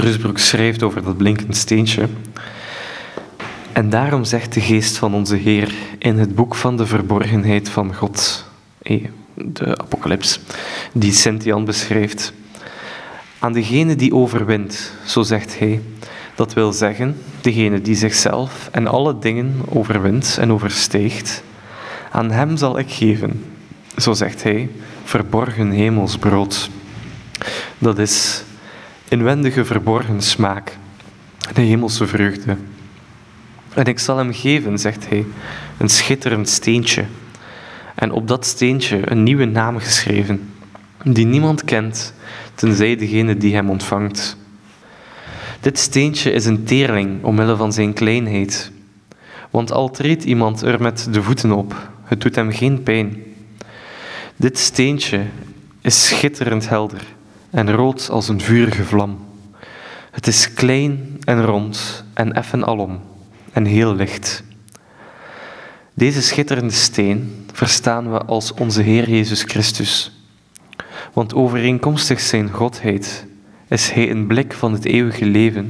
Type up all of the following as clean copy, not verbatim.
Rusbroek schrijft over dat blinkend steentje. En daarom zegt de geest van onze Heer in het boek van de verborgenheid van God, de Apocalyps, die Sint-Jan beschrijft. Aan degene die overwint, zo zegt hij, dat wil zeggen, degene die zichzelf en alle dingen overwint en overstijgt, aan hem zal ik geven, zo zegt hij, verborgen hemelsbrood. Dat is inwendige verborgen smaak, de hemelse vreugde. En ik zal hem geven, zegt hij, een schitterend steentje. En op dat steentje een nieuwe naam geschreven, die niemand kent, tenzij degene die hem ontvangt. Dit steentje is een teerling, omwille van zijn kleinheid. Want al treedt iemand er met de voeten op, het doet hem geen pijn. Dit steentje is schitterend helder en rood als een vurige vlam. Het is klein en rond en effen alom en heel licht. Deze schitterende steen verstaan we als onze Heer Jezus Christus. Want overeenkomstig zijn godheid is hij een blik van het eeuwige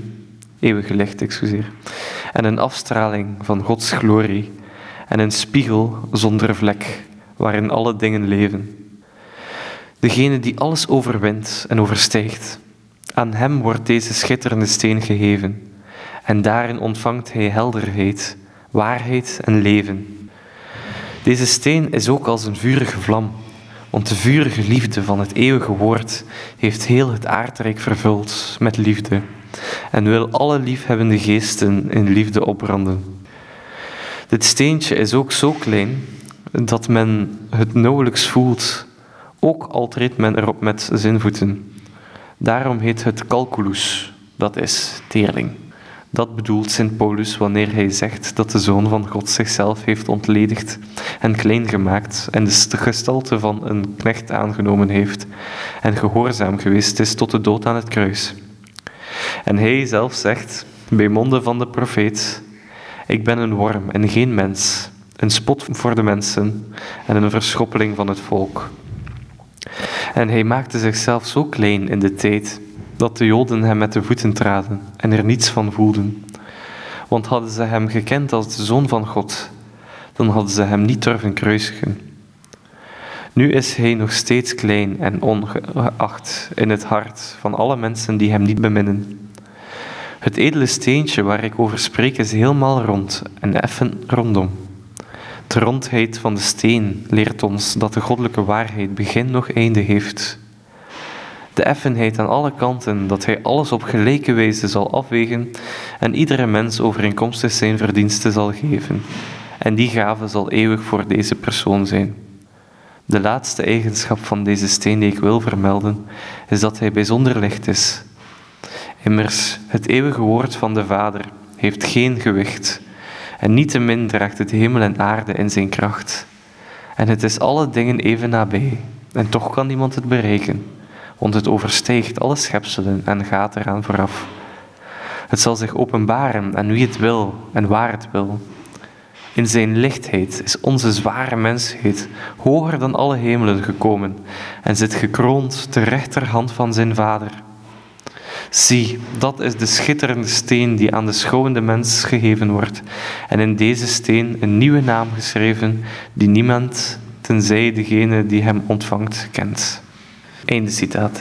licht, en een afstraling van Gods glorie en een spiegel zonder vlek, waarin alle dingen leven. Degene die alles overwint en overstijgt, aan hem wordt deze schitterende steen gegeven, en daarin ontvangt hij helderheid, waarheid en leven. Deze steen is ook als een vurige vlam, want de vurige liefde van het eeuwige woord heeft heel het aardrijk vervuld met liefde en wil alle liefhebbende geesten in liefde opbranden. Dit steentje is ook zo klein dat men het nauwelijks voelt, ook al treedt men erop met zijn voeten. Daarom heet het calculus, dat is teerling. Dat bedoelt Sint Paulus wanneer hij zegt dat de Zoon van God zichzelf heeft ontledigd en klein gemaakt en de gestalte van een knecht aangenomen heeft en gehoorzaam geweest is tot de dood aan het kruis. En hij zelf zegt, bij monde van de profeet, ik ben een worm en geen mens, een spot voor de mensen en een verschoppeling van het volk. En hij maakte zichzelf zo klein in de tijd dat de Joden hem met de voeten traden en er niets van voelden. Want hadden ze hem gekend als de Zoon van God, dan hadden ze hem niet durven kruisigen. Nu is hij nog steeds klein en ongeacht in het hart van alle mensen die hem niet beminnen. Het edele steentje waar ik over spreek is helemaal rond en effen rondom. De rondheid van de steen leert ons dat de goddelijke waarheid begin nog einde heeft. De effenheid aan alle kanten, dat hij alles op gelijke wijze zal afwegen en iedere mens overeenkomstig zijn verdiensten zal geven. En die gave zal eeuwig voor deze persoon zijn. De laatste eigenschap van deze steen die ik wil vermelden, is dat hij bijzonder licht is. Immers, het eeuwige woord van de Vader heeft geen gewicht, en niettemin draagt het hemel en aarde in zijn kracht. En het is alle dingen even nabij, en toch kan niemand het bereiken, want het overstijgt alle schepselen en gaat eraan vooraf. Het zal zich openbaren aan wie het wil en waar het wil. In zijn lichtheid is onze zware mensheid hoger dan alle hemelen gekomen en zit gekroond ter rechterhand van zijn Vader. Zie, dat is de schitterende steen die aan de schouwende mens gegeven wordt, en in deze steen een nieuwe naam geschreven, die niemand, tenzij degene die hem ontvangt, kent. Einde citaat.